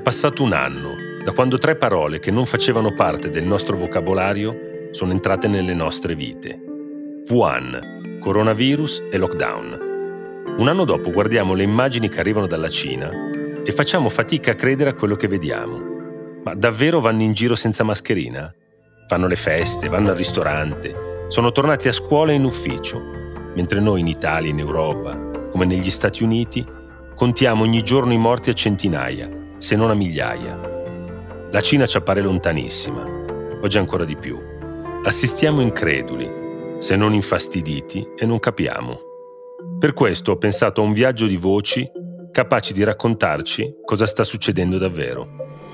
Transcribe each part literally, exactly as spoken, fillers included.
passato un anno da quando tre parole che non facevano parte del nostro vocabolario sono entrate nelle nostre vite. Wuhan, coronavirus e lockdown. Un anno dopo guardiamo le immagini che arrivano dalla Cina e facciamo fatica a credere a quello che vediamo. Ma davvero vanno in giro senza mascherina? Fanno le feste, vanno al ristorante, sono tornati a scuola e in ufficio, mentre noi in Italia, in Europa, come negli Stati Uniti, contiamo ogni giorno i morti a centinaia, se non a migliaia. La Cina ci appare lontanissima, oggi ancora di più. Assistiamo increduli, se non infastiditi, e non capiamo. Per questo ho pensato a un viaggio di voci capaci di raccontarci cosa sta succedendo davvero.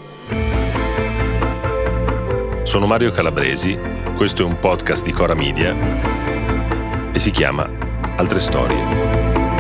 Sono Mario Calabresi, questo è un podcast di Cora Media e si chiama Altre Storie.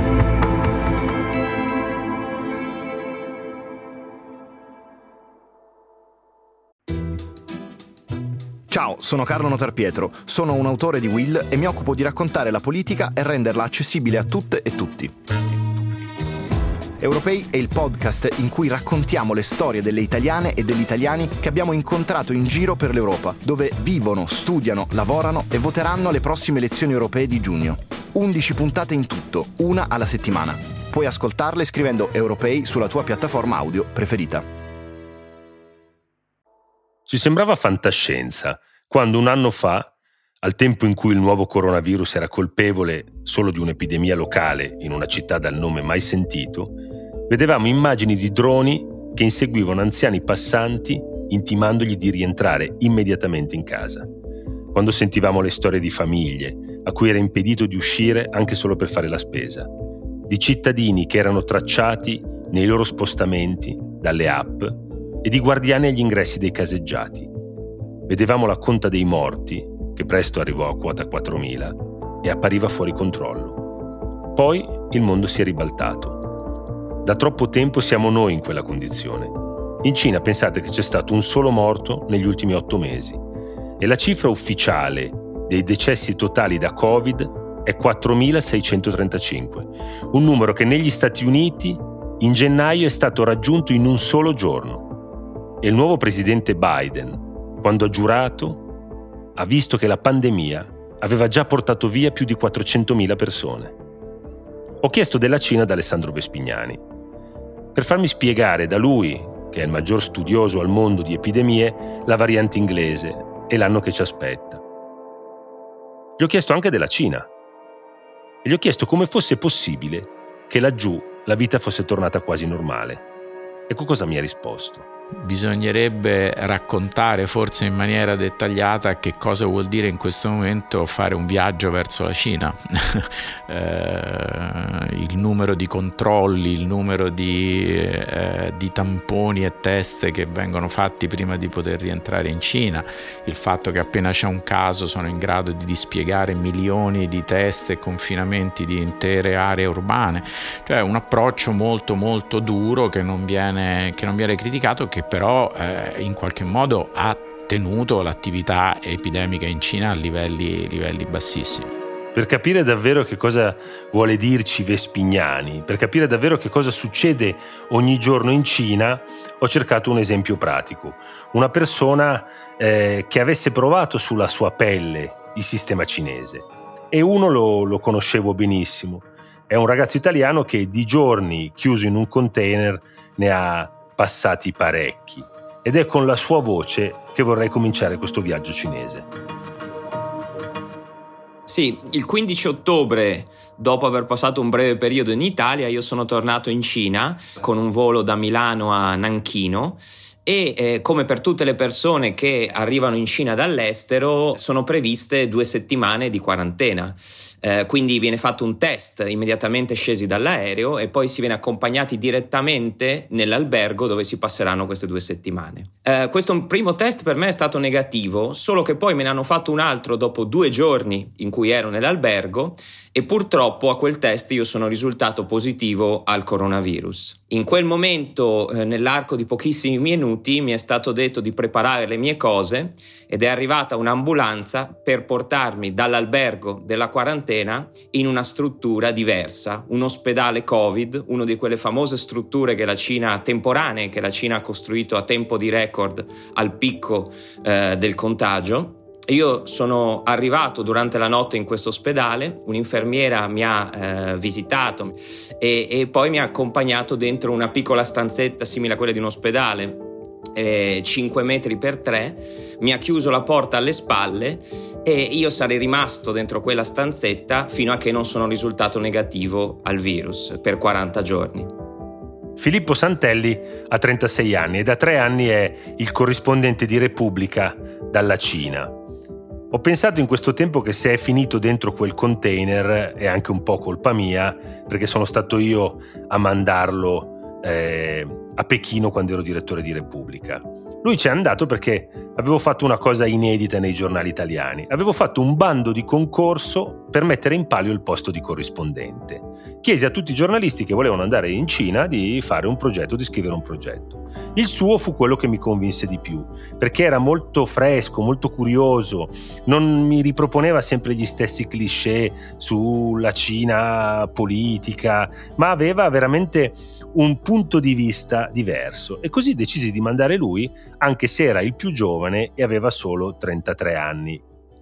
Ciao, sono Carlo Notarpietro, sono un autore di Will e mi occupo di raccontare la politica e renderla accessibile a tutte e tutti. Europei è il podcast in cui raccontiamo le storie delle italiane e degli italiani che abbiamo incontrato in giro per l'Europa, dove vivono, studiano, lavorano e voteranno alle prossime elezioni europee di giugno. undici puntate in tutto, una alla settimana. Puoi ascoltarle scrivendo Europei sulla tua piattaforma audio preferita. Ci sembrava fantascienza quando un anno fa, al tempo in cui il nuovo coronavirus era colpevole solo di un'epidemia locale in una città dal nome mai sentito, vedevamo immagini di droni che inseguivano anziani passanti intimandogli di rientrare immediatamente in casa. Quando sentivamo le storie di famiglie a cui era impedito di uscire anche solo per fare la spesa, di cittadini che erano tracciati nei loro spostamenti dalle app e di guardiani agli ingressi dei caseggiati. Vedevamo la conta dei morti, che presto arrivò a quota quattromila, e appariva fuori controllo. Poi il mondo si è ribaltato. Da troppo tempo siamo noi in quella condizione. In Cina pensate che c'è stato un solo morto negli ultimi otto mesi e la cifra ufficiale dei decessi totali da Covid è quattromilaseicentotrentacinque, un numero che negli Stati Uniti in gennaio è stato raggiunto in un solo giorno. E il nuovo presidente Biden, quando ha giurato, ha visto che la pandemia aveva già portato via più di quattrocentomila persone. Ho chiesto della Cina ad Alessandro Vespignani, per farmi spiegare da lui, che è il maggior studioso al mondo di epidemie, la variante inglese e l'anno che ci aspetta. Gli ho chiesto anche della Cina e gli ho chiesto come fosse possibile che laggiù la vita fosse tornata quasi normale. Ecco cosa mi ha risposto. Bisognerebbe raccontare forse in maniera dettagliata che cosa vuol dire in questo momento fare un viaggio verso la Cina. eh, il numero di controlli, il numero di, eh, di tamponi e test che vengono fatti prima di poter rientrare in Cina, il fatto che appena c'è un caso sono in grado di dispiegare milioni di test e confinamenti di intere aree urbane, cioè un approccio molto molto duro che non viene, che non viene criticato, che però eh, in qualche modo ha tenuto l'attività epidemica in Cina a livelli, livelli bassissimi. Per capire davvero che cosa vuole dirci Vespignani, per capire davvero che cosa succede ogni giorno in Cina, ho cercato un esempio pratico. Una persona eh, che avesse provato sulla sua pelle il sistema cinese. E uno lo, lo conoscevo benissimo. È un ragazzo italiano che di giorni chiuso in un container ne ha passati parecchi, ed è con la sua voce che vorrei cominciare questo viaggio cinese. Sì, il quindici ottobre, dopo aver passato un breve periodo in Italia, io sono tornato in Cina con un volo da Milano a Nanchino e eh, come per tutte le persone che arrivano in Cina dall'estero sono previste due settimane di quarantena. Eh, quindi viene fatto un test immediatamente scesi dall'aereo e poi si viene accompagnati direttamente nell'albergo dove si passeranno queste due settimane. Eh, questo primo test per me è stato negativo, solo che poi me ne hanno fatto un altro dopo due giorni in cui ero nell'albergo e purtroppo a quel test io sono risultato positivo al coronavirus. In quel momento, eh, nell'arco di pochissimi minuti, minuti mi è stato detto di preparare le mie cose ed è arrivata un'ambulanza per portarmi dall'albergo della quarantena in una struttura diversa, un ospedale Covid, una di quelle famose strutture che la Cina, temporanee, che la Cina ha costruito a tempo di record al picco eh, del contagio. Io sono arrivato durante la notte in questo ospedale, un'infermiera mi ha eh, visitato e, e poi mi ha accompagnato dentro una piccola stanzetta simile a quella di un ospedale, eh, cinque metri per tre, mi ha chiuso la porta alle spalle e io sarei rimasto dentro quella stanzetta fino a che non sono risultato negativo al virus per quaranta giorni. Filippo Santelli ha trentasei anni e da tre anni è il corrispondente di Repubblica dalla Cina. Ho pensato in questo tempo che se è finito dentro quel container è anche un po' colpa mia, perché sono stato io a mandarlo eh, a Pechino quando ero direttore di Repubblica. Lui ci è andato perché avevo fatto una cosa inedita nei giornali italiani. Avevo fatto un bando di concorso per mettere in palio il posto di corrispondente. Chiesi a tutti i giornalisti che volevano andare in Cina di fare un progetto, di scrivere un progetto. Il suo fu quello che mi convinse di più, perché era molto fresco, molto curioso, non mi riproponeva sempre gli stessi cliché sulla Cina politica, ma aveva veramente un punto di vista diverso e così decisi di mandare lui, anche se era il più giovane e aveva solo trentatré anni.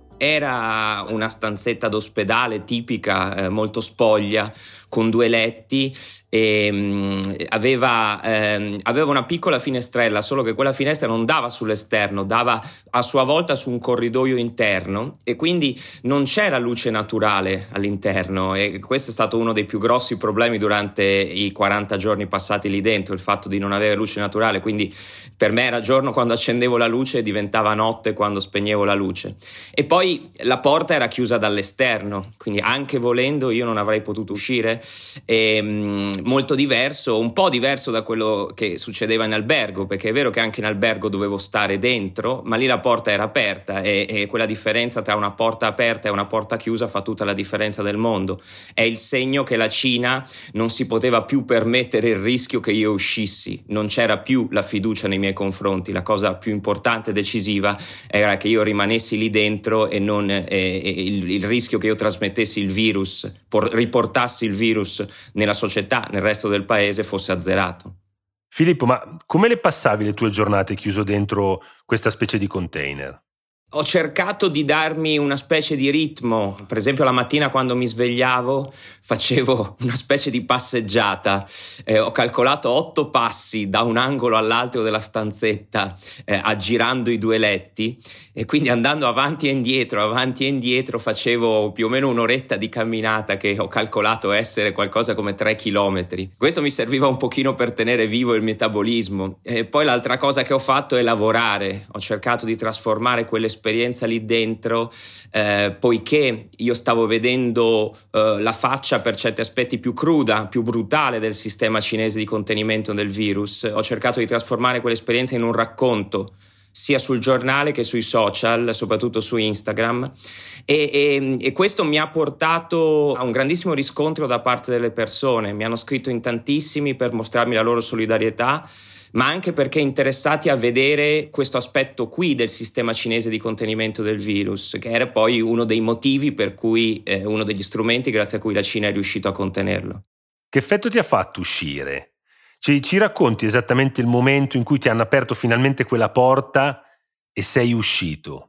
Era una stanzetta d'ospedale tipica, eh, molto spoglia, con due letti e mh, aveva, ehm, aveva una piccola finestrella, solo che quella finestra non dava sull'esterno, dava a sua volta su un corridoio interno e quindi non c'era luce naturale all'interno e questo è stato uno dei più grossi problemi durante i quaranta giorni passati lì dentro, il fatto di non avere luce naturale, quindi per me era giorno quando accendevo la luce e diventava notte quando spegnevo la luce. E poi la porta era chiusa dall'esterno, quindi anche volendo io non avrei potuto uscire. E, mh, molto diverso, un po' diverso da quello che succedeva in albergo, perché è vero che anche in albergo dovevo stare dentro, ma lì la porta era aperta e, e quella differenza tra una porta aperta e una porta chiusa fa tutta la differenza del mondo. È il segno che la Cina non si poteva più permettere il rischio che io uscissi, non c'era più la fiducia nei miei confronti, la cosa più importante e decisiva era che io rimanessi lì dentro e non eh, il, il rischio che io trasmettessi il virus, por, riportassi il virus nella società, nel resto del paese, fosse azzerato. Filippo, ma come le passavi le tue giornate chiuso dentro questa specie di container? Ho cercato di darmi una specie di ritmo, per esempio la mattina quando mi svegliavo facevo una specie di passeggiata, eh, ho calcolato otto passi da un angolo all'altro della stanzetta eh, aggirando i due letti e quindi andando avanti e indietro, avanti e indietro facevo più o meno un'oretta di camminata che ho calcolato essere qualcosa come tre chilometri. Questo mi serviva un pochino per tenere vivo il metabolismo e poi l'altra cosa che ho fatto è lavorare, ho cercato di trasformare quelle esperienza lì dentro eh, poiché io stavo vedendo eh, la faccia per certi aspetti più cruda, più brutale del sistema cinese di contenimento del virus. Ho cercato di trasformare quell'esperienza in un racconto sia sul giornale che sui social, soprattutto su Instagram e, e, e questo mi ha portato a un grandissimo riscontro da parte delle persone. Mi hanno scritto in tantissimi per mostrarmi la loro solidarietà, ma anche perché interessati a vedere questo aspetto qui del sistema cinese di contenimento del virus, che era poi uno dei motivi per cui, eh, uno degli strumenti grazie a cui la Cina è riuscito a contenerlo. Che effetto ti ha fatto uscire? Ci, ci racconti esattamente il momento in cui ti hanno aperto finalmente quella porta e sei uscito?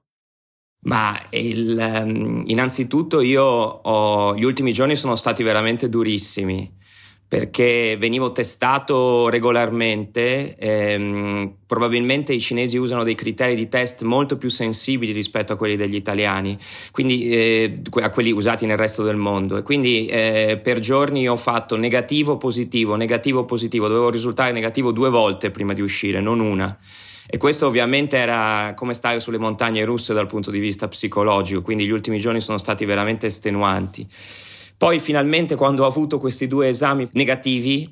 Ma il, um, innanzitutto io ho, gli ultimi giorni sono stati veramente durissimi, perché venivo testato regolarmente, ehm, probabilmente i cinesi usano dei criteri di test molto più sensibili rispetto a quelli degli italiani, quindi eh, a quelli usati nel resto del mondo e quindi eh, per giorni ho fatto negativo positivo, negativo positivo, dovevo risultare negativo due volte prima di uscire, non una. E questo ovviamente era come stare sulle montagne russe dal punto di vista psicologico, quindi gli ultimi giorni sono stati veramente estenuanti. Poi finalmente, quando ho avuto questi due esami negativi,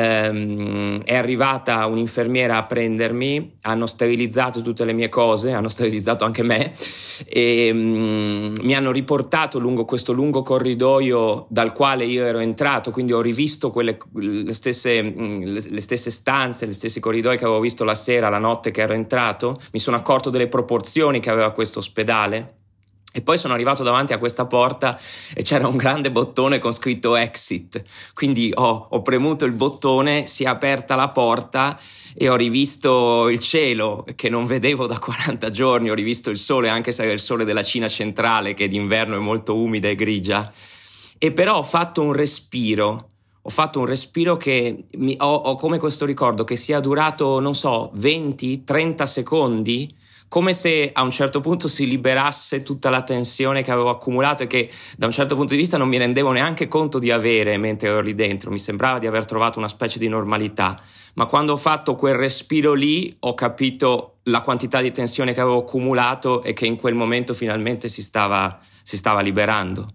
ehm, è arrivata un'infermiera a prendermi, hanno sterilizzato tutte le mie cose, hanno sterilizzato anche me e um, mi hanno riportato lungo questo lungo corridoio dal quale io ero entrato, quindi ho rivisto quelle, le, stesse, le stesse stanze, gli stessi corridoi che avevo visto la sera, la notte che ero entrato. Mi sono accorto delle proporzioni che aveva questo ospedale. E poi sono arrivato davanti a questa porta e c'era un grande bottone con scritto exit, quindi ho, ho premuto il bottone, si è aperta la porta e ho rivisto il cielo che non vedevo da quaranta giorni, ho rivisto il sole, anche se era il sole della Cina centrale, che d'inverno è molto umida e grigia, e però ho fatto un respiro. Ho fatto un respiro che mi, ho, ho come questo ricordo che sia durato, non so, venti trenta secondi, come se a un certo punto si liberasse tutta la tensione che avevo accumulato e che da un certo punto di vista non mi rendevo neanche conto di avere mentre ero lì dentro. Mi sembrava di aver trovato una specie di normalità, ma quando ho fatto quel respiro lì ho capito la quantità di tensione che avevo accumulato e che in quel momento finalmente si stava, si stava liberando.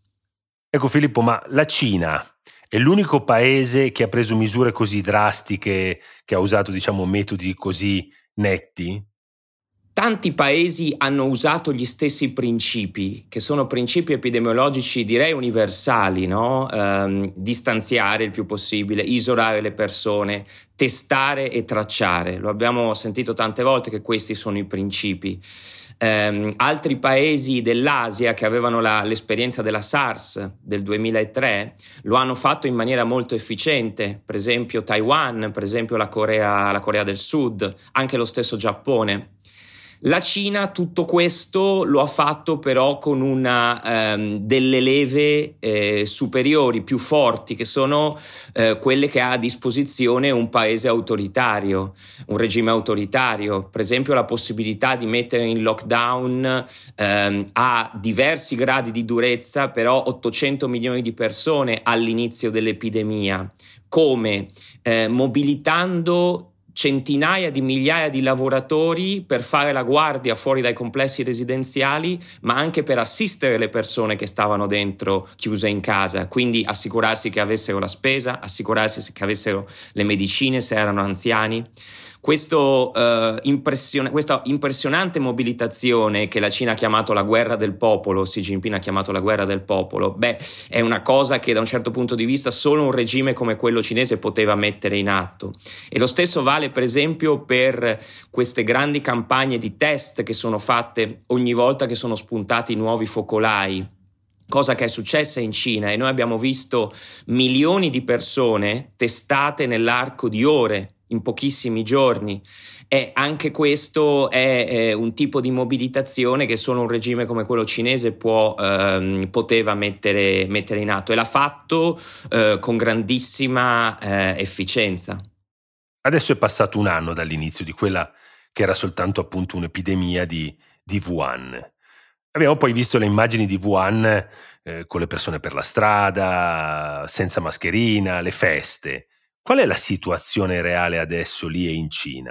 Ecco Filippo, ma la Cina è l'unico paese che ha preso misure così drastiche, che ha usato, diciamo, metodi così netti? Tanti paesi hanno usato gli stessi principi, che sono principi epidemiologici direi universali, no? Ehm, distanziare il più possibile, isolare le persone, testare e tracciare. Lo abbiamo sentito tante volte che questi sono i principi. Um, altri paesi dell'Asia che avevano la, l'esperienza della SARS del duemilatré lo hanno fatto in maniera molto efficiente, per esempio Taiwan, per esempio la Corea, la Corea del Sud, anche lo stesso Giappone. La Cina tutto questo lo ha fatto però con una um, delle leve eh, superiori, più forti, che sono eh, quelle che ha a disposizione un paese autoritario, un regime autoritario. Per esempio la possibilità di mettere in lockdown um, a diversi gradi di durezza però ottocento milioni di persone all'inizio dell'epidemia, come eh, mobilitando centinaia di migliaia di lavoratori per fare la guardia fuori dai complessi residenziali, ma anche per assistere le persone che stavano dentro chiuse in casa, quindi assicurarsi che avessero la spesa, assicurarsi che avessero le medicine se erano anziani. Questo, uh, impression- questa impressionante mobilitazione che la Cina ha chiamato la guerra del popolo, Xi Jinping ha chiamato la guerra del popolo, beh, è una cosa che da un certo punto di vista solo un regime come quello cinese poteva mettere in atto. E lo stesso vale per esempio per queste grandi campagne di test che sono fatte ogni volta che sono spuntati nuovi focolai, cosa che è successa in Cina, e noi abbiamo visto milioni di persone testate nell'arco di ore, in pochissimi giorni, e anche questo è, è un tipo di mobilitazione che solo un regime come quello cinese può, ehm, poteva mettere, mettere in atto, e l'ha fatto eh, con grandissima eh, efficienza. Adesso è passato un anno dall'inizio di quella che era soltanto appunto un'epidemia di, di Wuhan. Abbiamo poi visto le immagini di Wuhan eh, con le persone per la strada, senza mascherina, le feste. Qual è la situazione reale adesso lì e in Cina?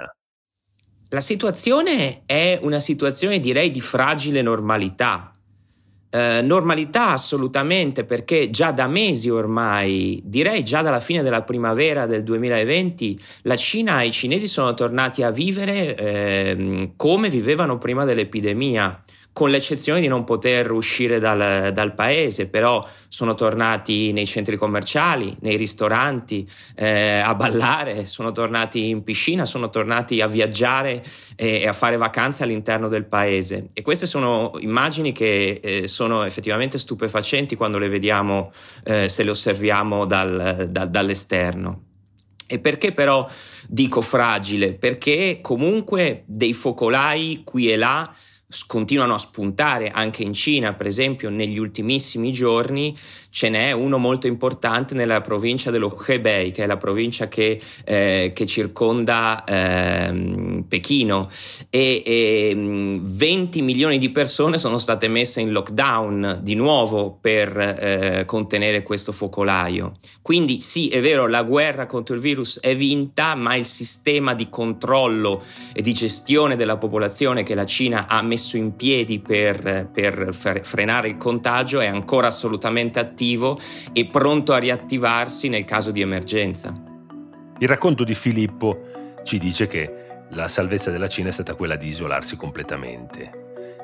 La situazione è una situazione direi di fragile normalità. Eh, normalità assolutamente, perché già da mesi ormai, direi già dalla fine della primavera del duemilaventi, la Cina e i cinesi sono tornati a vivere eh, come vivevano prima dell'epidemia, con l'eccezione di non poter uscire dal, dal paese, però sono tornati nei centri commerciali, nei ristoranti, eh, a ballare, sono tornati in piscina, sono tornati a viaggiare e, e a fare vacanze all'interno del paese. E queste sono immagini che eh, sono effettivamente stupefacenti quando le vediamo, eh, se le osserviamo dal, da, dall'esterno. E perché però dico fragile? Perché comunque dei focolai qui e là continuano a spuntare anche in Cina. Per esempio negli ultimissimi giorni ce n'è uno molto importante nella provincia dello Hebei, che è la provincia che, eh, che circonda eh, Pechino, e, e venti milioni di persone sono state messe in lockdown di nuovo per eh, contenere questo focolaio. Quindi sì, è vero, la guerra contro il virus è vinta, ma il sistema di controllo e di gestione della popolazione che la Cina ha messo messo in piedi per, per frenare il contagio è ancora assolutamente attivo e pronto a riattivarsi nel caso di emergenza. Il racconto di Filippo ci dice che la salvezza della Cina è stata quella di isolarsi completamente.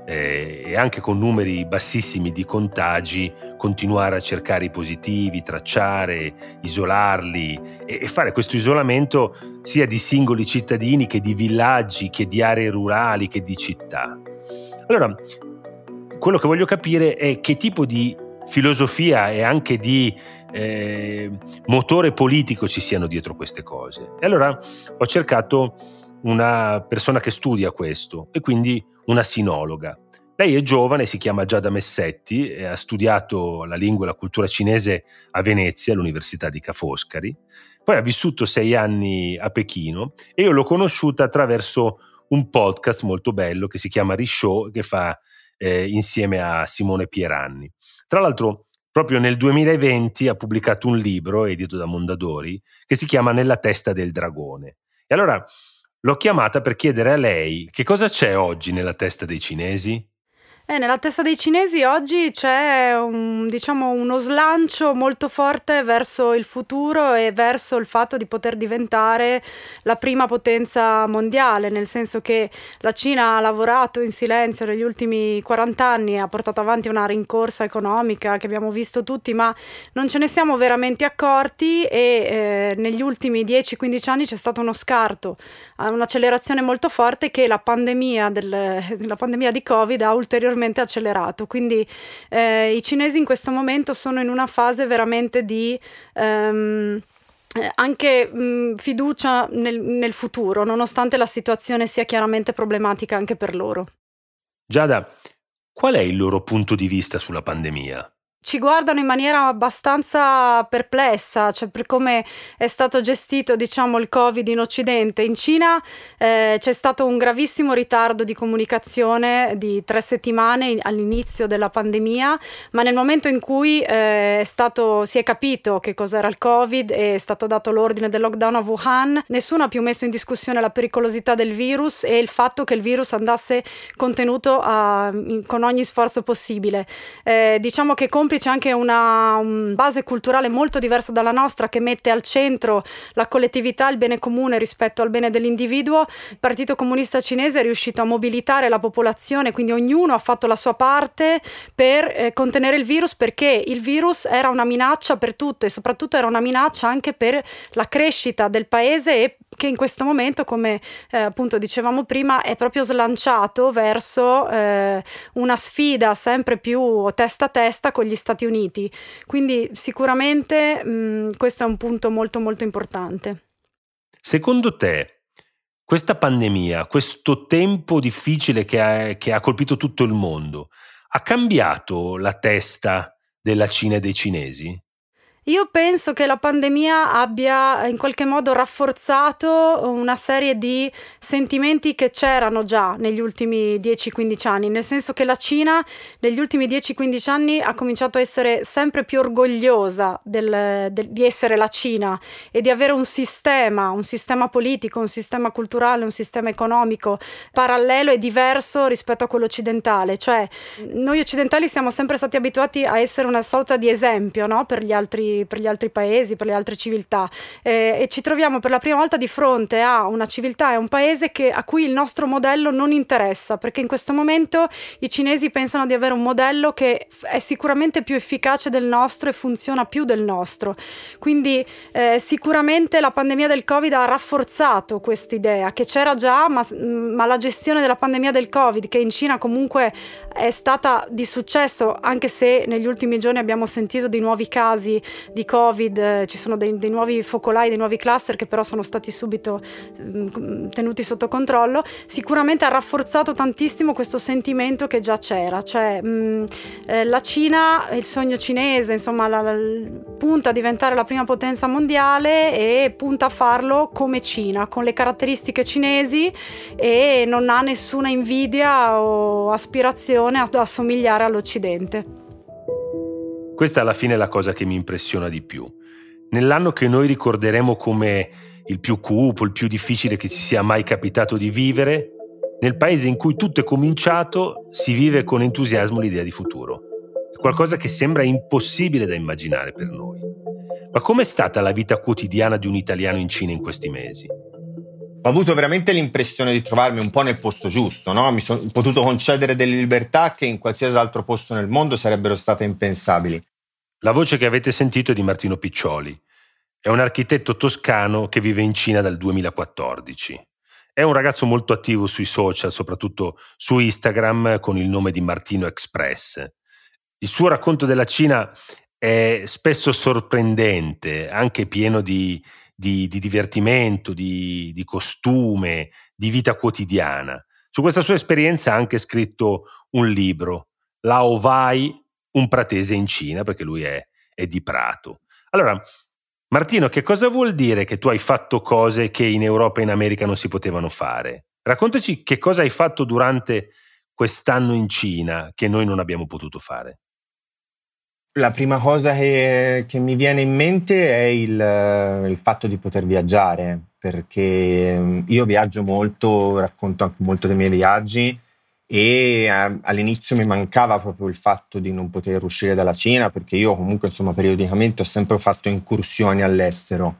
E anche con numeri bassissimi di contagi continuare a cercare i positivi, tracciare, isolarli e fare questo isolamento sia di singoli cittadini che di villaggi, che di aree rurali, che di città. Allora, quello che voglio capire è che tipo di filosofia e anche di eh, motore politico ci siano dietro queste cose. E allora ho cercato una persona che studia questo e quindi una sinologa. Lei è giovane, si chiama Giada Messetti e ha studiato la lingua e la cultura cinese a Venezia, all'Università di Ca' Foscari. Poi ha vissuto sei anni a Pechino e io l'ho conosciuta attraverso un podcast molto bello che si chiama Rishow, che fa eh, insieme a Simone Pieranni. Tra l'altro, proprio nel duemilaventi ha pubblicato un libro edito da Mondadori che si chiama Nella testa del dragone. E allora l'ho chiamata per chiedere a lei che cosa c'è oggi nella testa dei cinesi? Eh, nella testa dei cinesi oggi c'è un, diciamo, uno slancio molto forte verso il futuro e verso il fatto di poter diventare la prima potenza mondiale, nel senso che la Cina ha lavorato in silenzio negli ultimi quaranta anni, ha portato avanti una rincorsa economica che abbiamo visto tutti, ma non ce ne siamo veramente accorti e eh, negli ultimi dieci quindici anni c'è stato uno scarto, un'accelerazione molto forte che la pandemia, del, la pandemia di Covid ha ulteriormente accelerato. Quindi eh, i cinesi in questo momento sono in una fase veramente di ehm, anche mh, fiducia nel, nel futuro, nonostante la situazione sia chiaramente problematica anche per loro. Giada, qual è il loro punto di vista sulla pandemia? Ci guardano in maniera abbastanza perplessa, cioè per come è stato gestito, diciamo, il Covid in Occidente. In Cina eh, c'è stato un gravissimo ritardo di comunicazione di tre settimane all'inizio della pandemia, ma nel momento in cui eh, è stato, si è capito che cos'era il Covid e è stato dato l'ordine del lockdown a Wuhan, nessuno ha più messo in discussione la pericolosità del virus e il fatto che il virus andasse contenuto a, in, con ogni sforzo possibile. Eh, diciamo che complice c'è anche una un base culturale molto diversa dalla nostra, che mette al centro la collettività, il bene comune rispetto al bene dell'individuo. Il Partito Comunista Cinese è riuscito a mobilitare la popolazione, quindi ognuno ha fatto la sua parte per eh, contenere il virus, perché il virus era una minaccia per tutto e soprattutto era una minaccia anche per la crescita del paese, e che in questo momento, come eh, appunto dicevamo prima, è proprio slanciato verso eh, una sfida sempre più testa a testa con gli Stati Uniti. Quindi sicuramente mh, questo è un punto molto molto importante. Secondo te questa pandemia, questo tempo difficile che ha, che ha colpito tutto il mondo, ha cambiato la testa della Cina e dei cinesi? Io penso che la pandemia abbia in qualche modo rafforzato una serie di sentimenti che c'erano già negli ultimi dieci quindici anni, nel senso che la Cina negli ultimi dieci quindici anni ha cominciato a essere sempre più orgogliosa del, del, di essere la Cina e di avere un sistema, un sistema politico, un sistema culturale, un sistema economico parallelo e diverso rispetto a quello occidentale. Cioè, noi occidentali siamo sempre stati abituati a essere una sorta di esempio, no? per gli altri per gli altri paesi, per le altre civiltà, eh, e ci troviamo per la prima volta di fronte a una civiltà e un paese che, a cui il nostro modello non interessa, perché in questo momento i cinesi pensano di avere un modello che è sicuramente più efficace del nostro e funziona più del nostro. Quindi eh, sicuramente la pandemia del Covid ha rafforzato quest'idea che c'era già, ma, ma la gestione della pandemia del Covid, che in Cina comunque è stata di successo, anche se negli ultimi giorni abbiamo sentito di nuovi casi di Covid, eh, ci sono dei, dei nuovi focolai, dei nuovi cluster che però sono stati subito mh, tenuti sotto controllo. Sicuramente ha rafforzato tantissimo questo sentimento che già c'era, cioè mh, eh, la Cina, il sogno cinese, insomma, la, la, punta a diventare la prima potenza mondiale e punta a farlo come Cina, con le caratteristiche cinesi, e non ha nessuna invidia o aspirazione ad assomigliare all'Occidente. Questa alla fine è la cosa che mi impressiona di più. Nell'anno che noi ricorderemo come il più cupo, il più difficile che ci sia mai capitato di vivere, Nel paese in cui tutto è cominciato si vive con entusiasmo l'idea di futuro. È qualcosa che sembra impossibile da immaginare per noi. Ma com'è stata la vita quotidiana di un italiano in Cina in questi mesi? Ho avuto veramente l'impressione di trovarmi un po' nel posto giusto, no? Mi sono potuto concedere delle libertà che in qualsiasi altro posto nel mondo sarebbero state impensabili. La voce che avete sentito è di Martino Piccioli. È un architetto toscano che vive in Cina dal duemilaquattordici. È un ragazzo molto attivo sui social, soprattutto su Instagram, con il nome di Martino Express. Il suo racconto della Cina è spesso sorprendente, anche pieno di, di, di divertimento, di, di costume, di vita quotidiana. Su questa sua esperienza ha anche scritto un libro, Lao Vai, un pratese in Cina, perché lui è, è di Prato. Allora, Martino, che cosa vuol dire che tu hai fatto cose che in Europa e in America non si potevano fare? Raccontaci che cosa hai fatto durante quest'anno in Cina che noi non abbiamo potuto fare. La prima cosa che, che mi viene in mente è il, il fatto di poter viaggiare, perché io viaggio molto, racconto anche molto dei miei viaggi e a, all'inizio mi mancava proprio il fatto di non poter uscire dalla Cina, perché io comunque insomma periodicamente ho sempre fatto incursioni all'estero.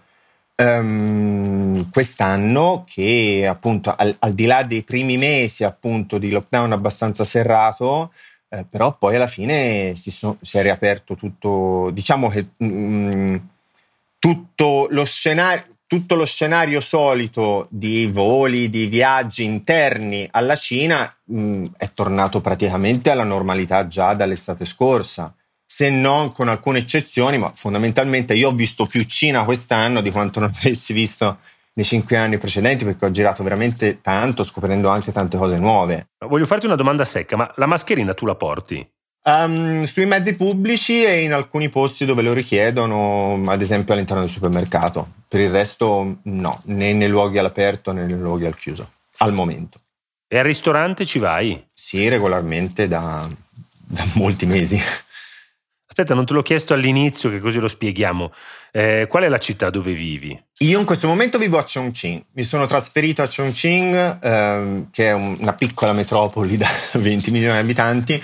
Um, quest'anno che appunto al, al di là dei primi mesi appunto di lockdown abbastanza serrato, eh, però poi alla fine si, so, si è riaperto tutto, diciamo che um, tutto lo scenario tutto lo scenario solito di voli, di viaggi interni alla Cina mh, è tornato praticamente alla normalità già dall'estate scorsa, se non con alcune eccezioni, ma fondamentalmente io ho visto più Cina quest'anno di quanto non avessi visto nei cinque anni precedenti, perché ho girato veramente tanto, scoprendo anche tante cose nuove. Voglio farti una domanda secca, ma la mascherina tu la porti? Um, sui mezzi pubblici e in alcuni posti dove lo richiedono, ad esempio all'interno del supermercato. Per il resto no, né nei luoghi all'aperto né nei luoghi al chiuso, al momento. E al ristorante ci vai? Sì, regolarmente da, da molti mesi. Aspetta, non te l'ho chiesto all'inizio, che così lo spieghiamo. Eh, qual è la città dove vivi? Io in questo momento vivo a Chongqing. Mi sono trasferito a Chongqing, ehm, che è un, una piccola metropoli da venti milioni di abitanti,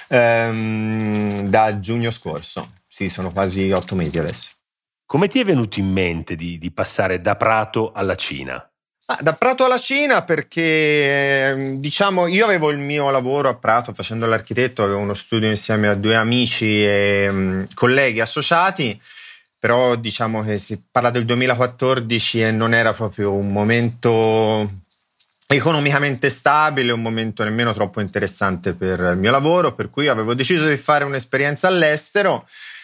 ehm, da giugno scorso. Sì, sono quasi otto mesi adesso. Come ti è venuto in mente di, di passare da Prato alla Cina? Ah, da Prato alla Cina perché, diciamo, io avevo il mio lavoro a Prato facendo l'architetto, avevo uno studio insieme a due amici e um, colleghi associati, però diciamo che si parla del duemilaquattordici e non era proprio un momento economicamente stabile, un momento nemmeno troppo interessante per il mio lavoro, per cui avevo deciso di fare un'esperienza all'estero,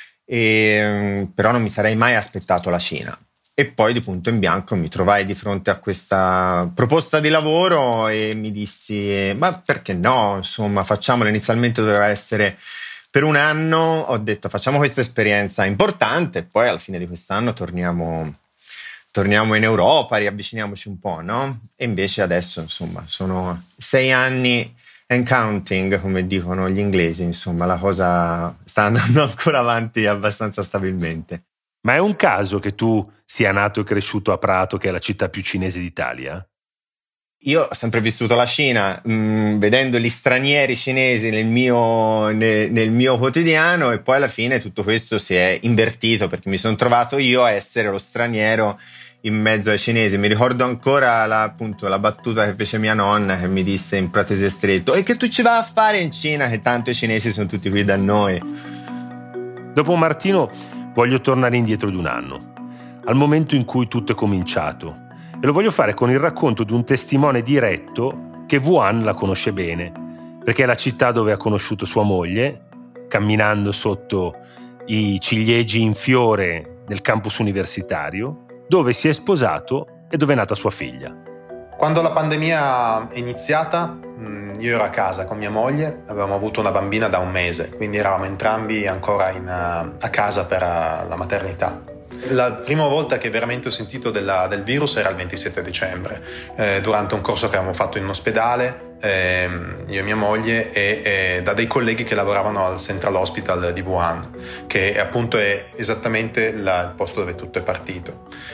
e, però non mi sarei mai aspettato la Cina. E poi di punto in bianco mi trovai di fronte a questa proposta di lavoro e mi dissi ma perché no, insomma facciamolo. Inizialmente doveva essere per un anno, ho detto facciamo questa esperienza importante e poi alla fine di quest'anno torniamo, torniamo in Europa, riavviciniamoci un po', no? E invece adesso insomma sono sei anni and counting, come dicono gli inglesi, insomma la cosa sta andando ancora avanti abbastanza stabilmente. Ma è un caso che tu sia nato e cresciuto a Prato, che è la città più cinese d'Italia? Io ho sempre vissuto la Cina, mh, vedendo gli stranieri cinesi nel mio, ne, nel mio quotidiano, e poi alla fine tutto questo si è invertito perché mi sono trovato io a essere lo straniero in mezzo ai cinesi. Mi ricordo ancora la, appunto, la battuta che fece mia nonna, che mi disse in pratese stretto: e che tu ci vai a fare in Cina che tanto i cinesi sono tutti qui da noi? Dopo Martino voglio tornare indietro di un anno, al momento in cui tutto è cominciato, e lo voglio fare con il racconto di un testimone diretto che Wuhan la conosce bene, perché è la città dove ha conosciuto sua moglie, camminando sotto i ciliegi in fiore del campus universitario, dove si è sposato e dove è nata sua figlia. Quando la pandemia è iniziata, io ero a casa con mia moglie, avevamo avuto una bambina da un mese, quindi eravamo entrambi ancora in, a casa per la maternità. La prima volta che veramente ho sentito della, del virus era il ventisette dicembre, eh, durante un corso che avevamo fatto in un ospedale, eh, io e mia moglie, e, e da dei colleghi che lavoravano al Central Hospital di Wuhan, che appunto è esattamente la, il posto dove tutto è partito.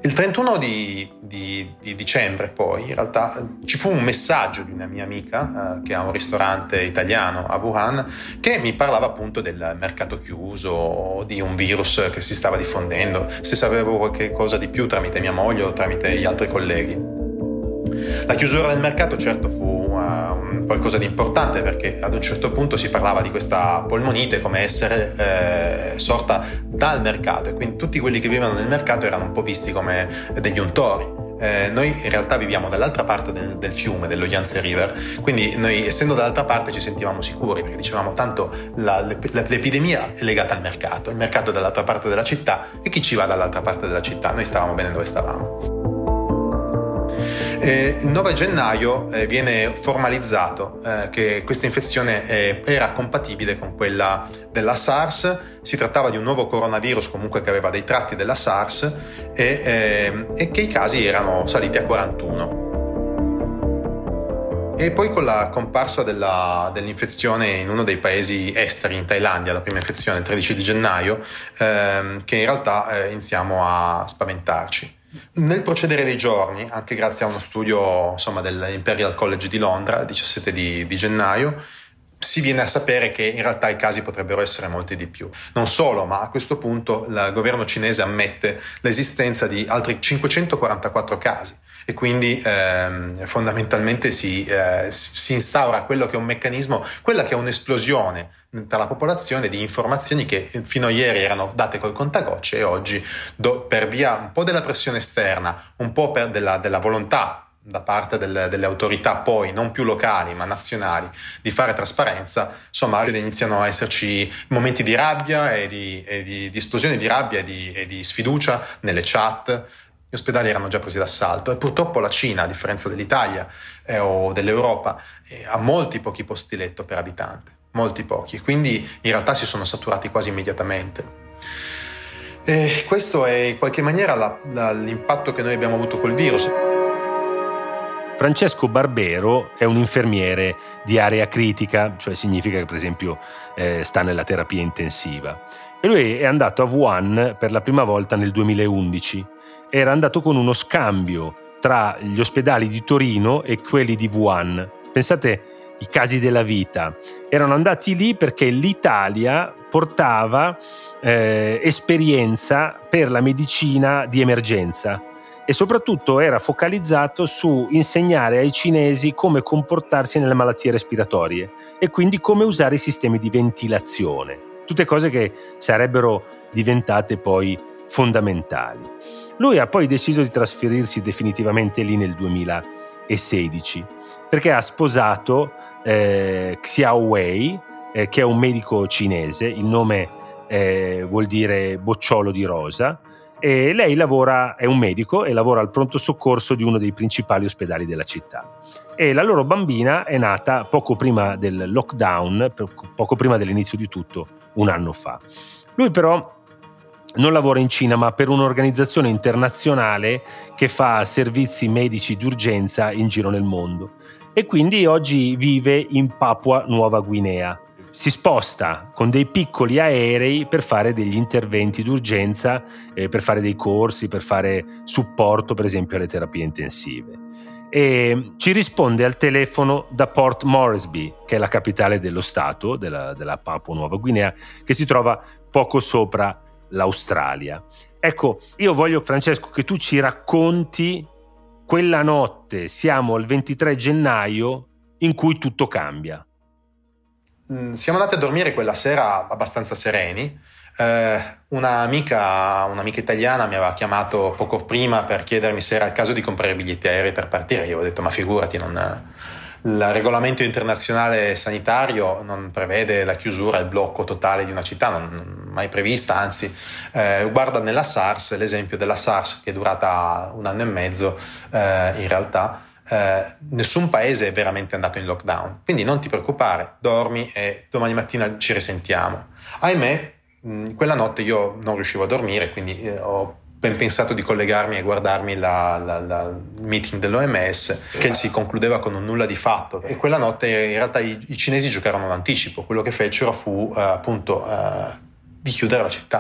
Il trentuno di, di, di dicembre poi in realtà ci fu un messaggio di una mia amica eh, che ha un ristorante italiano a Wuhan, che mi parlava appunto del mercato chiuso, di un virus che si stava diffondendo, se sapevo qualche cosa di più tramite mia moglie o tramite gli altri colleghi. La chiusura del mercato certo fu uh, qualcosa di importante, perché ad un certo punto si parlava di questa polmonite come essere eh, sorta dal mercato, e quindi tutti quelli che vivevano nel mercato erano un po' visti come degli untori. Eh, noi in realtà viviamo dall'altra parte del, del fiume, dello Yangtze River, quindi noi, essendo dall'altra parte, ci sentivamo sicuri, perché dicevamo tanto la, l'epidemia è legata al mercato, il mercato è dall'altra parte della città e chi ci va dall'altra parte della città, noi stavamo bene dove stavamo. Eh, il nove gennaio eh, viene formalizzato eh, che questa infezione eh, era compatibile con quella della SARS. Si trattava di un nuovo coronavirus comunque che aveva dei tratti della SARS e, eh, e che i casi erano saliti a quarantuno. E poi con la comparsa della, dell'infezione in uno dei paesi esteri, in Thailandia, la prima infezione il tredici di gennaio, ehm, che in realtà eh, iniziamo a spaventarci. Nel procedere dei giorni, anche grazie a uno studio insomma, dell'Imperial College di Londra, il diciassette di, di gennaio, si viene a sapere che in realtà i casi potrebbero essere molti di più. Non solo, ma a questo punto il governo cinese ammette l'esistenza di altri cinquecentoquarantaquattro casi. E quindi ehm, fondamentalmente si, eh, si instaura quello che è un meccanismo, quella che è un'esplosione tra la popolazione di informazioni che fino a ieri erano date col contagocce e oggi do, per via un po' della pressione esterna, un po' per della, della volontà da parte del, delle autorità poi non più locali ma nazionali di fare trasparenza, insomma iniziano a esserci momenti di rabbia e di, e di, di esplosione di rabbia e di, e di sfiducia nelle chat. Gli ospedali erano già presi d'assalto e purtroppo la Cina, a differenza dell'Italia eh, o dell'Europa, eh, ha molti pochi posti letto per abitante, molti pochi, quindi in realtà si sono saturati quasi immediatamente. E questo è in qualche maniera la, la, l'impatto che noi abbiamo avuto col virus. Francesco Barbero è un infermiere di area critica, cioè significa che per esempio eh, sta nella terapia intensiva. E lui è andato a Wuhan per la prima volta nel duemilaundici. Era andato con uno scambio tra gli ospedali di Torino e quelli di Wuhan. Pensate, i casi della vita. Erano andati lì perché l'Italia portava eh, esperienza per la medicina di emergenza e soprattutto era focalizzato su insegnare ai cinesi come comportarsi nelle malattie respiratorie e quindi come usare i sistemi di ventilazione. Tutte cose che sarebbero diventate poi fondamentali. Lui ha poi deciso di trasferirsi definitivamente lì nel duemilasedici perché ha sposato eh, Xiao Wei, eh, che è un medico cinese, il nome eh, vuol dire bocciolo di rosa, e lei lavora, è un medico e lavora al pronto soccorso di uno dei principali ospedali della città. E la loro bambina è nata poco prima del lockdown, poco prima dell'inizio di tutto, un anno fa. Lui però non lavora in Cina, ma per un'organizzazione internazionale che fa servizi medici d'urgenza in giro nel mondo. E quindi oggi vive in Papua Nuova Guinea. Si sposta con dei piccoli aerei per fare degli interventi d'urgenza, eh, per fare dei corsi, per fare supporto per esempio alle terapie intensive. E ci risponde al telefono da Port Moresby, che è la capitale dello stato, della, della Papua Nuova Guinea, che si trova poco sopra l'Australia. Ecco, io voglio, Francesco, che tu ci racconti quella notte, siamo al ventitré gennaio, in cui tutto cambia. Siamo andati a dormire quella sera abbastanza sereni. Eh, un'amica, un'amica italiana mi aveva chiamato poco prima per chiedermi se era il caso di comprare biglietti aerei per partire. Io avevo detto ma figurati, non, il regolamento internazionale sanitario non prevede la chiusura, il blocco totale di una città, non, non mai prevista, anzi eh, guarda nella SARS, l'esempio della SARS che è durata un anno e mezzo eh, in realtà. Uh, nessun paese è veramente andato in lockdown, quindi non ti preoccupare, dormi e domani mattina ci risentiamo. Ahimè, mh, quella notte io non riuscivo a dormire, quindi eh, ho ben pensato di collegarmi e guardarmi la, la, la, il meeting dell'O M S che si concludeva con un nulla di fatto, e quella notte in realtà i, i cinesi giocarono l'anticipo. Quello che fecero fu uh, appunto uh, di chiudere la città.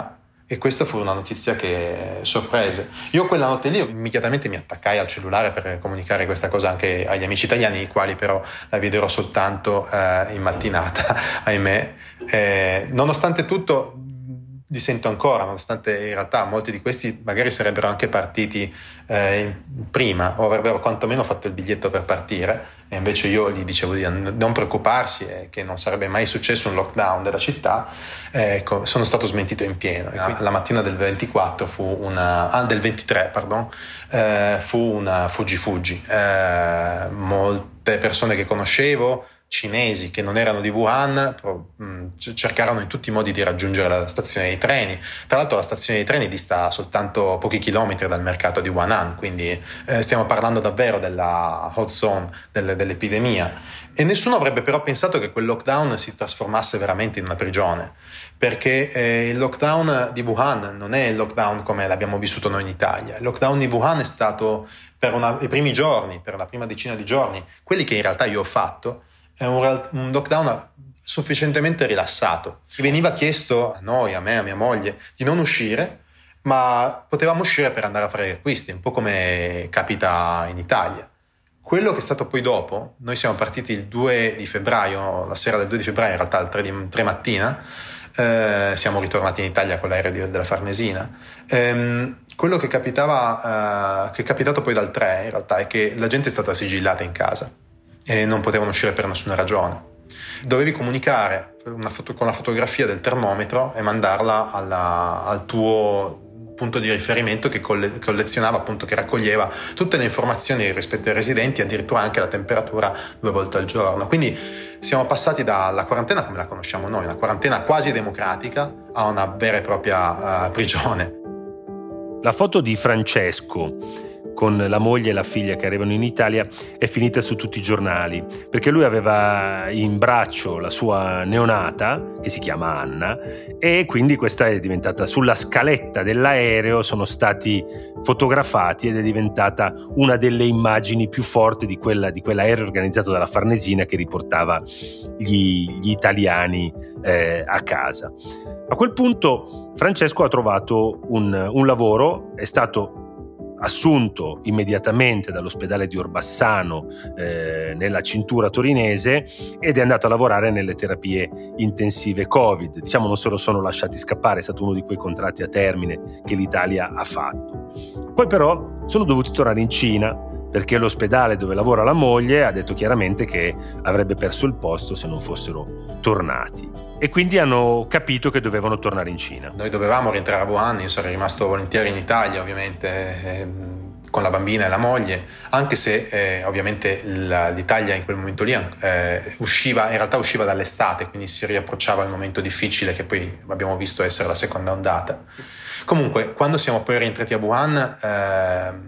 E questa fu una notizia che sorprese. Io quella notte lì immediatamente mi attaccai al cellulare per comunicare questa cosa anche agli amici italiani, i quali però la videro soltanto eh, in mattinata, ahimè. Eh, nonostante tutto, li sento ancora, nonostante in realtà molti di questi magari sarebbero anche partiti eh, prima o avrebbero quantomeno fatto il biglietto per partire, e invece io gli dicevo di non preoccuparsi e che non sarebbe mai successo un lockdown della città. Ecco, sono stato smentito in pieno. E quindi la mattina del ventiquattro fu una ah, del ventitré, pardon, eh, fu una fuggi fuggi. Eh, molte persone che conoscevo, cinesi che non erano di Wuhan, cercarono in tutti i modi di raggiungere la stazione dei treni. Tra l'altro la stazione dei treni dista soltanto pochi chilometri dal mercato di Wan'an, quindi eh, stiamo parlando davvero della hot zone del, dell'epidemia. E nessuno avrebbe però pensato che quel lockdown si trasformasse veramente in una prigione, perché eh, il lockdown di Wuhan non è il lockdown come l'abbiamo vissuto noi in Italia. Il lockdown di Wuhan è stato per una, i primi giorni, per la prima decina di giorni, quelli che in realtà io ho fatto, è un, un lockdown sufficientemente rilassato. Veniva chiesto a noi, a me, a mia moglie, di non uscire, ma potevamo uscire per andare a fare acquisti, un po' come capita in Italia. Quello che è stato poi dopo, noi siamo partiti il due di febbraio, la sera del due di febbraio, in realtà il tre mattina, eh, siamo ritornati in Italia con l'aereo di, della Farnesina. Ehm, quello che capitava, eh, che è capitato poi dal tre, in realtà, è che la gente è stata sigillata in casa e non potevano uscire per nessuna ragione. Dovevi comunicare una foto, con la fotografia del termometro e mandarla alla, al tuo punto di riferimento che colle, collezionava, appunto, che raccoglieva tutte le informazioni rispetto ai residenti, addirittura anche la temperatura due volte al giorno. Quindi siamo passati dalla quarantena come la conosciamo noi, una quarantena quasi democratica, a una vera e propria uh, prigione. La foto di Francesco con la moglie e la figlia che arrivano in Italia è finita su tutti i giornali, perché lui aveva in braccio la sua neonata, che si chiama Anna, e quindi questa è diventata, sulla scaletta dell'aereo sono stati fotografati ed è diventata una delle immagini più forti di quella di quell'aereo organizzato dalla Farnesina che riportava gli, gli italiani eh, a casa. A quel punto Francesco ha trovato un, un lavoro, è stato assunto immediatamente dall'ospedale di Orbassano eh, nella cintura torinese ed è andato a lavorare nelle terapie intensive Covid. Diciamo, non se lo sono lasciati scappare, è stato uno di quei contratti a termine che l'Italia ha fatto. Poi però sono dovuti tornare in Cina perché l'ospedale dove lavora la moglie ha detto chiaramente che avrebbe perso il posto se non fossero tornati. E quindi hanno capito che dovevano tornare in Cina. Noi dovevamo rientrare a Wuhan, io sarei rimasto volentieri in Italia, ovviamente, ehm, con la bambina e la moglie, anche se eh, ovviamente la, l'Italia in quel momento lì eh, usciva, in realtà usciva dall'estate, quindi si riapprocciava al momento difficile che poi abbiamo visto essere la seconda ondata. Comunque, quando siamo poi rientrati a Wuhan, eh,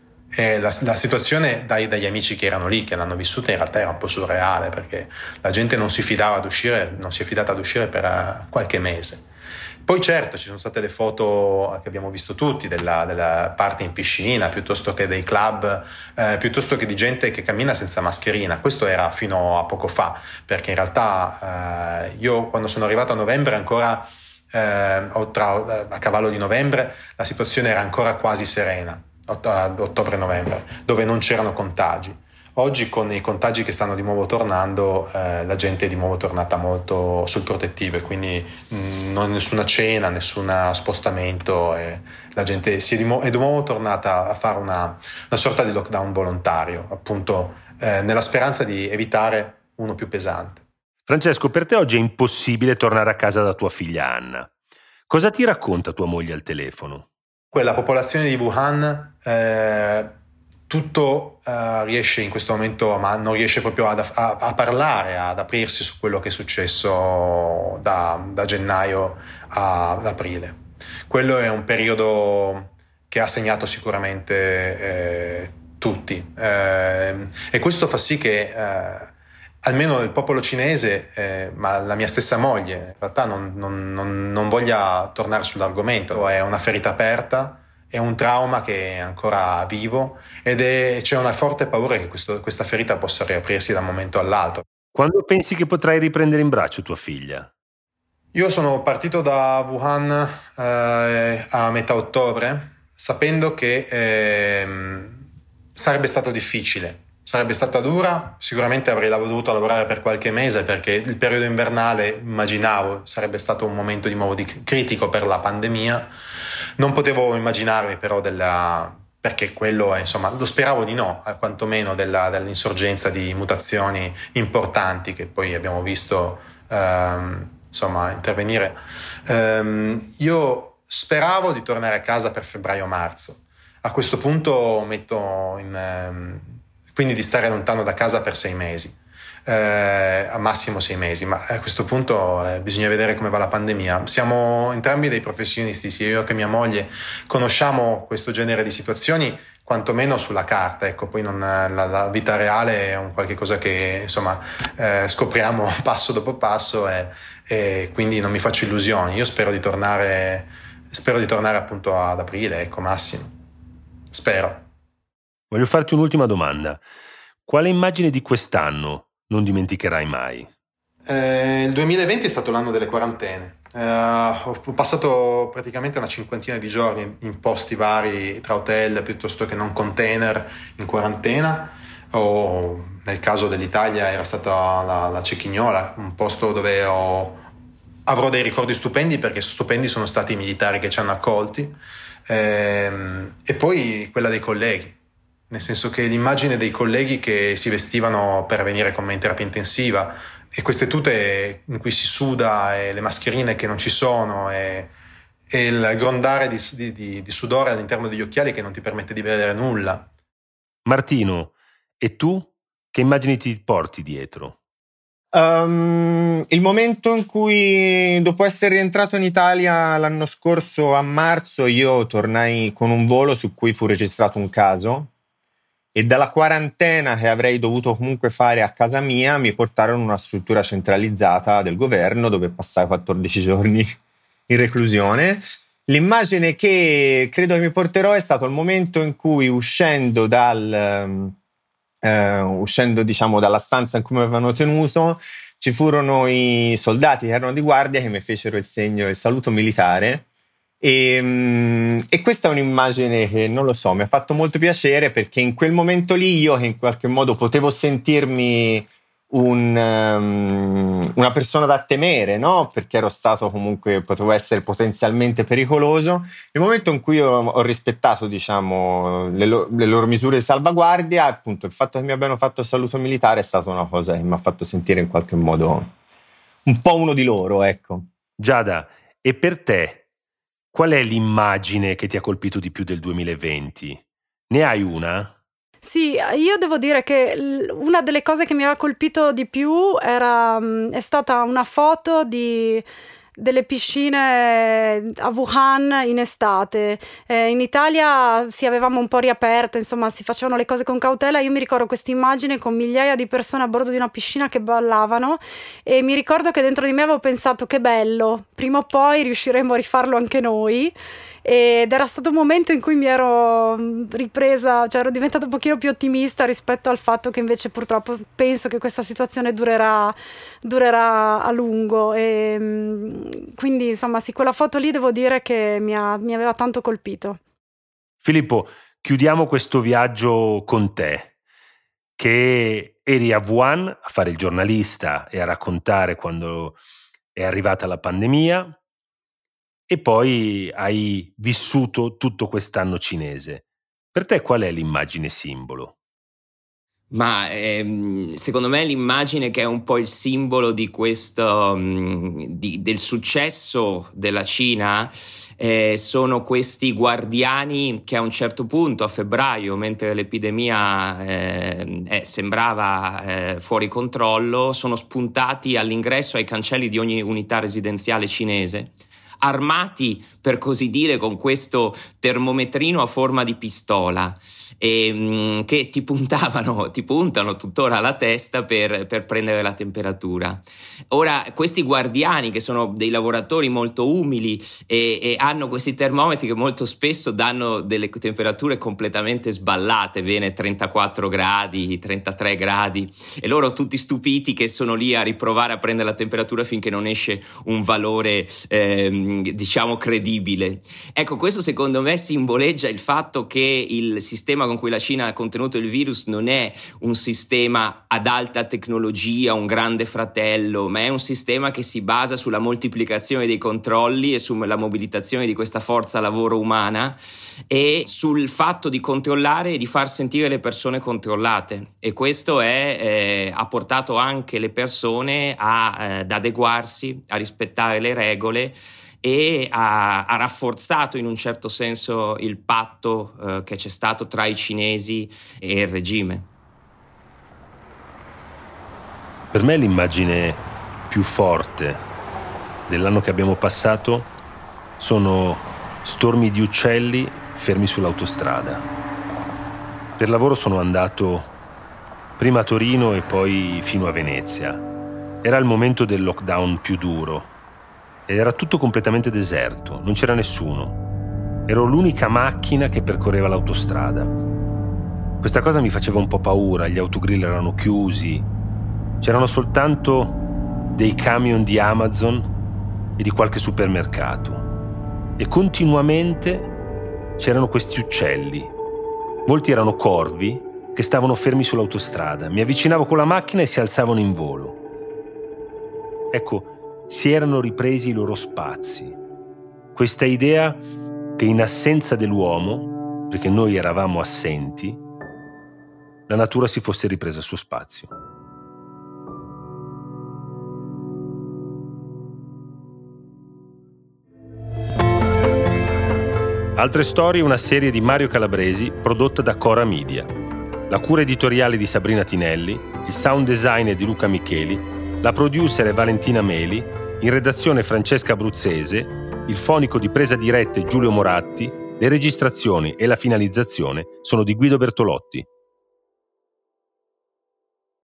E la, la situazione dai, dagli amici che erano lì, che l'hanno vissuta, in realtà era un po' surreale, perché la gente non si fidava ad uscire, non si è fidata ad uscire per uh, qualche mese. Poi certo ci sono state le foto che abbiamo visto tutti della, della party in piscina, piuttosto che dei club, eh, piuttosto che di gente che cammina senza mascherina. Questo era fino a poco fa, perché in realtà eh, io quando sono arrivato a novembre ancora, eh, o tra, a cavallo di novembre, la situazione era ancora quasi serena, ad ottobre-novembre, dove non c'erano contagi. Oggi, con i contagi che stanno di nuovo tornando, eh, la gente è di nuovo tornata molto sul protettivo, e quindi mh, non nessuna cena, nessun spostamento, e la gente si è di, mo- è di nuovo tornata a fare una, una sorta di lockdown volontario, appunto eh, nella speranza di evitare uno più pesante. Francesco, per te oggi è impossibile tornare a casa da tua figlia Anna. Cosa ti racconta tua moglie al telefono? Quella popolazione di Wuhan, eh, tutto eh, riesce in questo momento, ma non riesce proprio ad, a, a parlare, ad aprirsi su quello che è successo da, da gennaio a, ad aprile. Quello è un periodo che ha segnato sicuramente eh, tutti, eh, e questo fa sì che eh, almeno il popolo cinese, eh, ma la mia stessa moglie, in realtà non, non, non, non voglia tornare sull'argomento. È una ferita aperta, è un trauma che è ancora vivo, ed è, c'è una forte paura che questo, questa ferita possa riaprirsi da un momento all'altro. Quando pensi che potrai riprendere in braccio tua figlia? Io sono partito da Wuhan eh, a metà ottobre, sapendo che eh, sarebbe stato difficile, sarebbe stata dura, sicuramente avrei dovuto lavorare per qualche mese perché il periodo invernale, immaginavo, sarebbe stato un momento di nuovo di critico per la pandemia. Non potevo immaginarmi però della... perché quello è, insomma, lo speravo di no, quantomeno della, dell'insorgenza di mutazioni importanti che poi abbiamo visto ehm, insomma intervenire. Ehm, io speravo di tornare a casa per febbraio-marzo. A questo punto metto in, ehm, quindi di stare lontano da casa per sei mesi, eh, a massimo sei mesi, ma a questo punto eh, bisogna vedere come va la pandemia. Siamo entrambi dei professionisti, sia io che mia moglie, conosciamo questo genere di situazioni quantomeno sulla carta, ecco, poi non, la, la vita reale è un qualche cosa che insomma eh, scopriamo passo dopo passo e, e quindi non mi faccio illusioni. Io spero di tornare, spero di tornare appunto ad aprile, ecco, massimo. Spero. Voglio farti un'ultima domanda. Quale immagine di quest'anno non dimenticherai mai? Eh, il duemilaventi è stato l'anno delle quarantene. Eh, ho passato praticamente una cinquantina di giorni in posti vari, tra hotel piuttosto che non container, in quarantena, o nel caso dell'Italia era stata la, la Cecchignola, un posto dove ho, avrò dei ricordi stupendi perché stupendi sono stati i militari che ci hanno accolti, eh, e poi quella dei colleghi, nel senso che l'immagine dei colleghi che si vestivano per venire con me in terapia intensiva e queste tute in cui si suda e le mascherine che non ci sono e, e il grondare di, di, di sudore all'interno degli occhiali che non ti permette di vedere nulla. Martino, e tu che immagini ti porti dietro? Um, il momento in cui, dopo essere rientrato in Italia l'anno scorso a marzo, io tornai con un volo su cui fu registrato un caso. E dalla quarantena che avrei dovuto comunque fare a casa mia mi portarono in una struttura centralizzata del governo dove passai quattordici giorni in reclusione. L'immagine che credo che mi porterò è stato il momento in cui uscendo dal eh, uscendo diciamo dalla stanza in cui mi avevano tenuto ci furono i soldati che erano di guardia che mi fecero il segno, il saluto militare. E, e questa è un'immagine che non lo so, mi ha fatto molto piacere perché in quel momento lì io che in qualche modo potevo sentirmi un, um, una persona da temere, no? Perché ero stato comunque, potevo essere potenzialmente pericoloso. Il momento in cui io ho rispettato diciamo le, lo, le loro misure di salvaguardia, appunto il fatto che mi abbiano fatto il saluto militare è stata una cosa che mi ha fatto sentire in qualche modo un po' uno di loro, ecco. Giada, e per te qual è l'immagine che ti ha colpito di più del duemilaventi? Ne hai una? Sì, io devo dire che una delle cose che mi aveva colpito di più era, è stata una foto di delle piscine a Wuhan in estate. Eh, in Italia si avevamo un po' riaperto, insomma si facevano le cose con cautela. Io mi ricordo questa immagine con migliaia di persone a bordo di una piscina che ballavano e mi ricordo che dentro di me avevo pensato che bello, prima o poi riusciremo a rifarlo anche noi. Ed era stato un momento in cui mi ero ripresa, cioè ero diventata un pochino più ottimista rispetto al fatto che invece purtroppo penso che questa situazione durerà, durerà a lungo. E quindi insomma sì, quella foto lì devo dire che mi, ha, mi aveva tanto colpito. Filippo, chiudiamo questo viaggio con te, che eri a Wuhan a fare il giornalista e a raccontare quando è arrivata la pandemia. E poi hai vissuto tutto quest'anno cinese. Per te qual è l'immagine simbolo? Ma ehm, secondo me l'immagine che è un po' il simbolo di questo um, di, del successo della Cina eh, sono questi guardiani che a un certo punto a febbraio, mentre l'epidemia eh, eh, sembrava eh, fuori controllo, sono spuntati all'ingresso ai cancelli di ogni unità residenziale cinese armati per così dire con questo termometrino a forma di pistola e, mh, che ti puntavano, ti puntano tuttora alla testa per, per prendere la temperatura. Ora questi guardiani, che sono dei lavoratori molto umili e, e hanno questi termometri che molto spesso danno delle temperature completamente sballate, bene trentaquattro gradi, trentatré gradi, e loro tutti stupiti che sono lì a riprovare a prendere la temperatura finché non esce un valore ehm, diciamo credibile. Ecco, questo secondo me simboleggia il fatto che il sistema con cui la Cina ha contenuto il virus non è un sistema ad alta tecnologia, un grande fratello, ma è un sistema che si basa sulla moltiplicazione dei controlli e sulla mobilitazione di questa forza lavoro umana e sul fatto di controllare e di far sentire le persone controllate, e questo è, eh, ha portato anche le persone a, eh, ad adeguarsi, a rispettare le regole e ha, ha rafforzato in un certo senso il patto eh, che c'è stato tra i cinesi e il regime. Per me l'immagine più forte dell'anno che abbiamo passato sono stormi di uccelli fermi sull'autostrada. Per lavoro sono andato prima a Torino e poi fino a Venezia. Era il momento del lockdown più duro ed era tutto completamente deserto, non c'era nessuno. Ero l'unica macchina che percorreva l'autostrada. Questa cosa mi faceva un po' paura, gli autogrill erano chiusi, c'erano soltanto dei camion di Amazon e di qualche supermercato. E continuamente c'erano questi uccelli. Molti erano corvi che stavano fermi sull'autostrada. Mi avvicinavo con la macchina e si alzavano in volo. Ecco, si erano ripresi i loro spazi. Questa idea che in assenza dell'uomo, perché noi eravamo assenti, la natura si fosse ripresa il suo spazio. Altre storie, una serie di Mario Calabresi prodotta da Cora Media. La cura editoriale di Sabrina Tinelli, il sound design è di Luca Micheli, la producer è Valentina Meli, in redazione Francesca Abruzzese, il fonico di presa diretta è Giulio Moratti, le registrazioni e la finalizzazione sono di Guido Bertolotti.